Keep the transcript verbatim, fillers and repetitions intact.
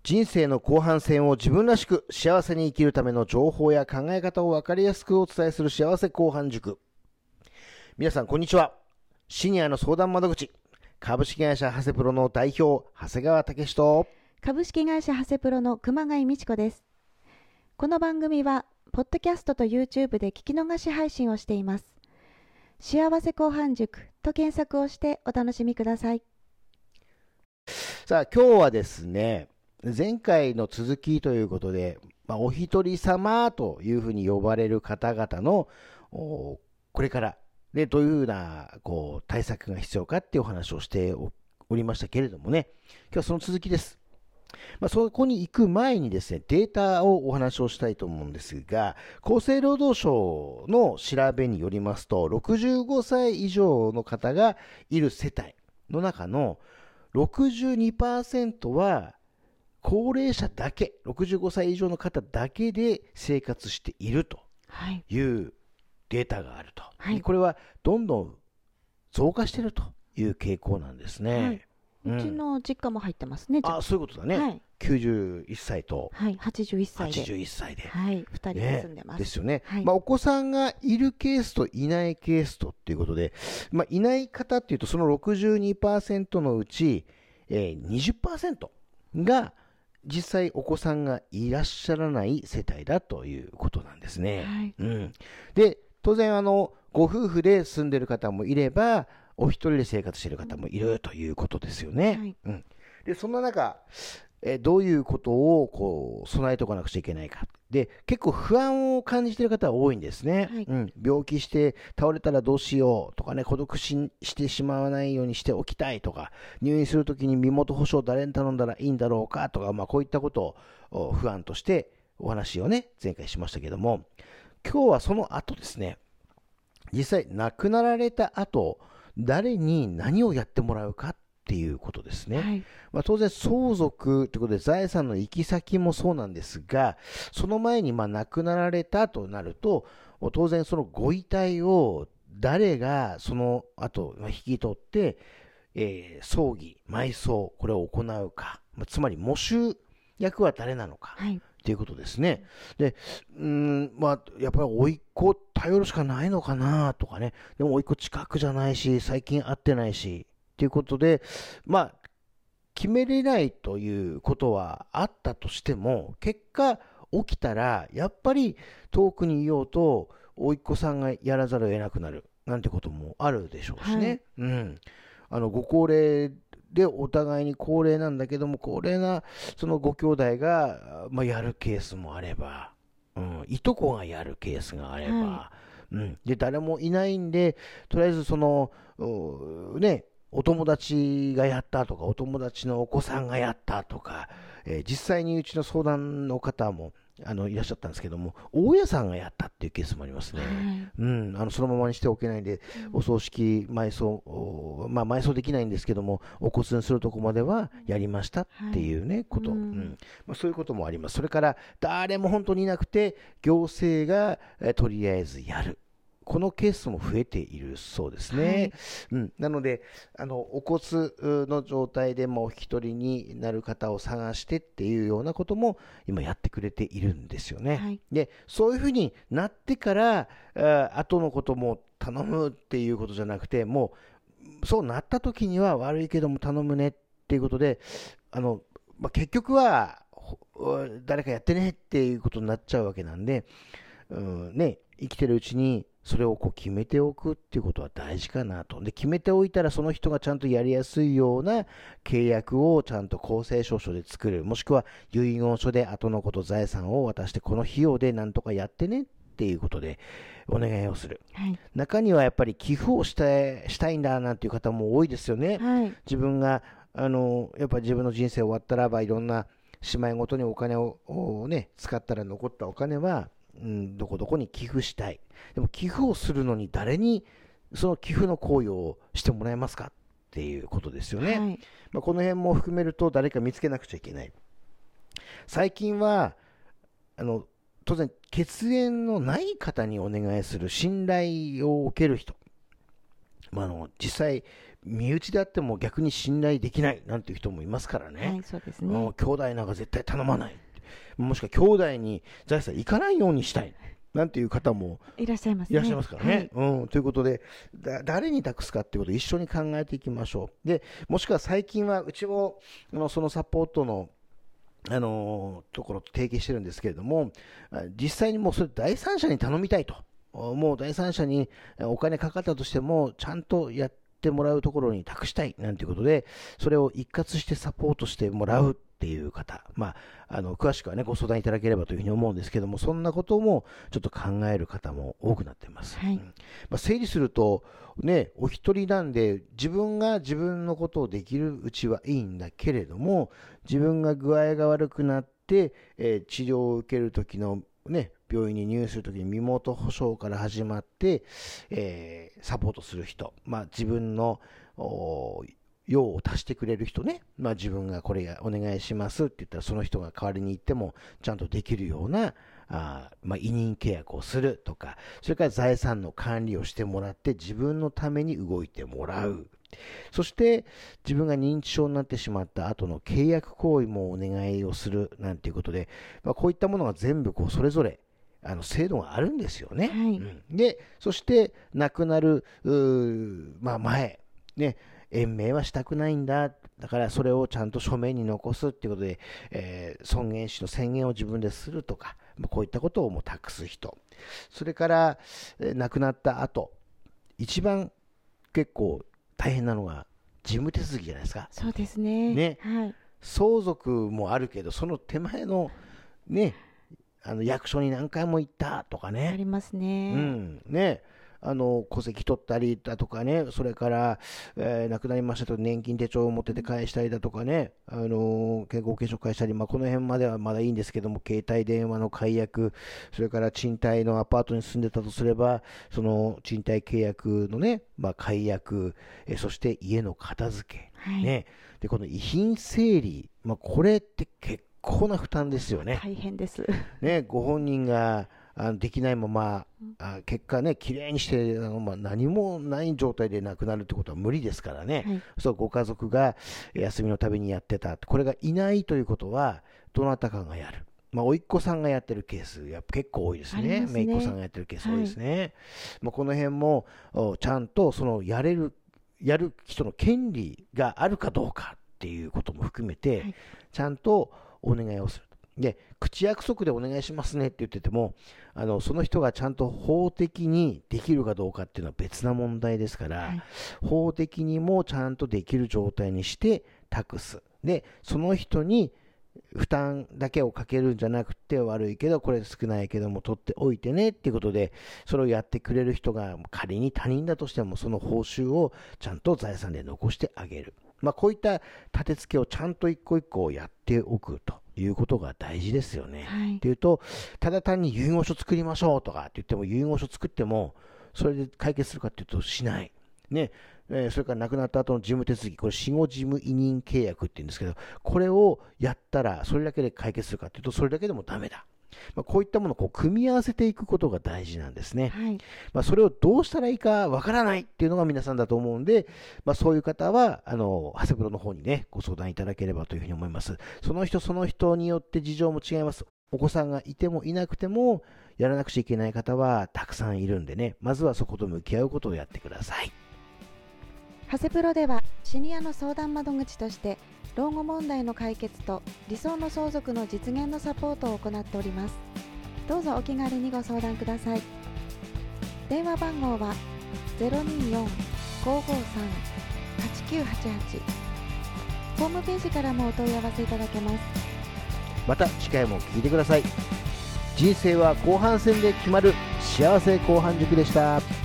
人生の後半戦を自分らしく幸せに生きるための情報や考え方を分かりやすくお伝えする幸せ後半塾。皆さんこんにちは。シニアの相談窓口、株式会社ハセプロの代表長谷川武史と株式会社ハセプロの熊谷美智子です。この番組はポッドキャストと YouTube で聞き逃し配信をしています。幸せ後半塾と検索をしてお楽しみください。 さあ今日はですね、前回の続きということで、まあ、お一人様というふうに呼ばれる方々のこれからでどういうふうなこう対策が必要かっていうお話をしておりましたけれどもね、今日はその続きです。まあ、そこに行く前にですね、データをお話をしたいと思うんですが、厚生労働省の調べによりますと、ろくじゅうごさい以上の方がいる世帯の中の ろくじゅうにパーセント は高齢者だけ、ろくじゅうごさい以上の方だけで生活しているというデータがあると。はい、これはどんどん増加しているという傾向なんですね。はい、 うちの実家も入ってますね。 ああ、そういうことだね。はい、きゅうじゅういっさいと、 はい、はちじゅういっさいで。 はちじゅういっさいで。 はい、ふたりで住んでます。 ね、ですよね。 はい、 まあ、お子さんがいるケースといないケースとっていうことで、まあ、いない方っていうと、その ろくじゅうにパーセント のうち、えー、にじゅっパーセント が実際お子さんがいらっしゃらない世帯だということなんですね。はい、うん、で、当然あの、ご夫婦で住んでる方もいれば、お一人で生活している方もいるということですよね。はい、うん、で、そんな中、えどういうことをこう備えておかなくちゃいけないか。で、結構不安を感じている方は多いんですね。はい、うん、病気して倒れたらどうしようとかね、孤独死してしまわないようにしておきたいとか、入院するときに身元保証誰に頼んだらいいんだろうかとか、まあこういったことを不安としてお話をね、前回しましたけども、今日はその後ですね、実際亡くなられた後、誰に何をやってもらうかっていうことですね。はい、まあ、当然相続ということで財産の行き先もそうなんですが、その前にまあ亡くなられたとなると、当然そのご遺体を誰がその後引き取って、えー、葬儀、埋葬、これを行うか、まあ、つまり喪主役は誰なのか。はいっていうことですね。で、うーん、まあ、やっぱり甥っ子頼るしかないのかなとかね。でも甥っ子近くじゃないし、最近会ってないし、っていうことで、まあ、決めれないということはあったとしても、結果起きたら、やっぱり遠くにいようと、甥っ子さんがやらざるを得なくなる、なんてこともあるでしょうしね。はい、うん。あの、ご高齢でお互いに高齢なんだけども、高齢なそのご兄弟が、まあ、やるケースもあれば、うん、いとこがやるケースがあれば、はい、うん、で誰もいないんで、とりあえずそのね、お友達がやったとか、お友達のお子さんがやったとか、えー、実際にうちの相談の方もあのいらっしゃったんですけども、大家さんがやったっていうケースもありますね。はい、うん、あのそのままにしておけないんで、うん、お葬式埋葬、まあ埋葬できないんですけども、お骨にするとこまではやりましたっていうね、はい、こと、うんうんまあ、そういうこともあります。それから誰も本当にいなくて、行政が、えー、とりあえずやる。このケースも増えているそうですね。はいうん、なので、あの、お骨の状態でもお引き取りになる方を探してっていうようなことも今やってくれているんですよね。はい、で、そういうふうになってから、あ後のことも頼むっていうことじゃなくて、もう、そうなった時には悪いけども頼むねっていうことで、あの、まあ、結局は、誰かやってねっていうことになっちゃうわけなんで、うんね、生きてるうちに、それをこう決めておくっていうことは大事かなと。で、決めておいたらその人がちゃんとやりやすいような契約をちゃんと公正証書で作る。もしくは遺言書で後のこと財産を渡してこの費用でなんとかやってねっていうことでお願いをする。はい、中にはやっぱり寄付をしたい、したいんだなんていう方も多いですよね。はい、自分が、あの、やっぱり自分の人生終わったらばいろんなしまいごとにお金をね、使ったら残ったお金はうん、どこどこに寄付したい。でも寄付をするのに誰にその寄付の行為をしてもらえますかっていうことですよね。はい、まあ、この辺も含めると誰か見つけなくちゃいけない。最近はあの当然血縁のない方にお願いする、信頼を受ける人、 まあ、あの実際身内であっても逆に信頼できないなんていう人もいますからね、 はい、そうですね。 兄弟なんか絶対頼まない、もしくは兄弟に財産行かないようにしたいなんていう方もいらっしゃいますね。 いらっしゃいますからね、 はい、 うん、ということでだ誰に託すかっていうことを一緒に考えていきましょう。でもしくは最近はうちもあのそのサポートのあのーところと提携してるんですけれども、実際にもうそれ第三者に頼みたいと、もう第三者にお金かかったとしてもちゃんとやってもらうところに託したいなんていうことで、それを一括してサポートしてもらうっていう方、まあ、あの詳しくはねご相談いただければというふうに思うんですけども、そんなこともちょっと考える方も多くなっています、 はい。 うんまあ、整理するとね、お一人なんで自分が自分のことをできるうちはいいんだけれども、自分が具合が悪くなって、えー治療を受ける時のね、病院に入院するときに身元保証から始まって、えーサポートする人、まあ、自分のお用を足してくれる人ね、まあ、自分がこれお願いしますって言ったらその人が代わりに行ってもちゃんとできるようなあ、まあ、委任契約をするとか、それから財産の管理をしてもらって自分のために動いてもらう、そして自分が認知症になってしまった後の契約行為もお願いをするなんていうことで、まあ、こういったものが全部こうそれぞれあの制度があるんですよね、 はい。 うん、でそして亡くなる、うーまあ、前ね、延命はしたくないんだ、だからそれをちゃんと書面に残すっていうことで、えー尊厳死の宣言を自分でするとか、まあこういったことをもう託す人、それから、えー亡くなった後一番結構大変なのが事務手続きじゃないですか。 そうですね。 ね、 はい。 相続もあるけどその手前のね、あの役所に何回も行ったとかあね、 りますうね。 んね、あの戸籍取ったりだとかね、それから、えー亡くなりましたと年金手帳を持ってて返したりだとかね、あの健康保険証返したり、まあ、この辺まではまだいいんですけども、携帯電話の解約、それから賃貸のアパートに住んでたとすればその賃貸契約のね、まあ、解約、えーそして家の片付け、 はい。 ね、でこの遺品整理、まあ、これって結構な負担ですよね。 大変です。 ね、ご本人があのできないまま、あ結果ね、きれいにしてあの、まあ、何もない状態で亡くなるってことは無理ですからね、 はい。 そうご家族が休みのたびにやってた、これがいないということは、どなたかがやる、まあ、甥っ子さんがやってるケース、やっぱ結構多いですね、 ありますね姪っ子さんがやってるケース多いですね、まあ、この辺もおちゃんとそのやれる、やる人の権利があるかどうかっていうことも含めて、 はい。 ちゃんとお願いをする。で、口約束でお願いしますねって言ってても、あのその人がちゃんと法的にできるかどうかっていうのは別な問題ですから、 はい。 法的にもちゃんとできる状態にして託す。で、その人に負担だけをかけるんじゃなくて、悪いけどこれ少ないけども取っておいてねっていうことで、それをやってくれる人が仮に他人だとしてもその報酬をちゃんと財産で残してあげる、まあ、こういった立て付けをちゃんと一個一個やっておくということが大事ですよね。 はいっていうと、ただ単に遺言書作りましょうとかって言っても、遺言書作ってもそれで解決するかっていうとしないね。えーそれから亡くなった後の事務手続き、これ死後事務委任契約って言うんですけど、これをやったらそれだけで解決するかっていうとそれだけでもダメだ。まあ、こういったものをこう組み合わせていくことが大事なんですね。 はい。 まあ、それをどうしたらいいかわからないっていうのが皆さんだと思うんで、まあ、そういう方はあのハセプロの方にねご相談いただければというふうに思います。その人その人によって事情も違います。お子さんがいてもいなくてもやらなくちゃいけない方はたくさんいるんでね、まずはそこと向き合うことをやってください。 ハセプロではシニアの相談窓口として老後問題の解決と理想の相続の実現のサポートを行っております。どうぞお気軽にご相談ください。電話番号は ゼロにーよん ごーごーさん はちきゅうはちはち、ホームページからもお問い合わせいただけます。 また次回も聞いてください。人生は後半戦で決まる。幸せ後半塾でした。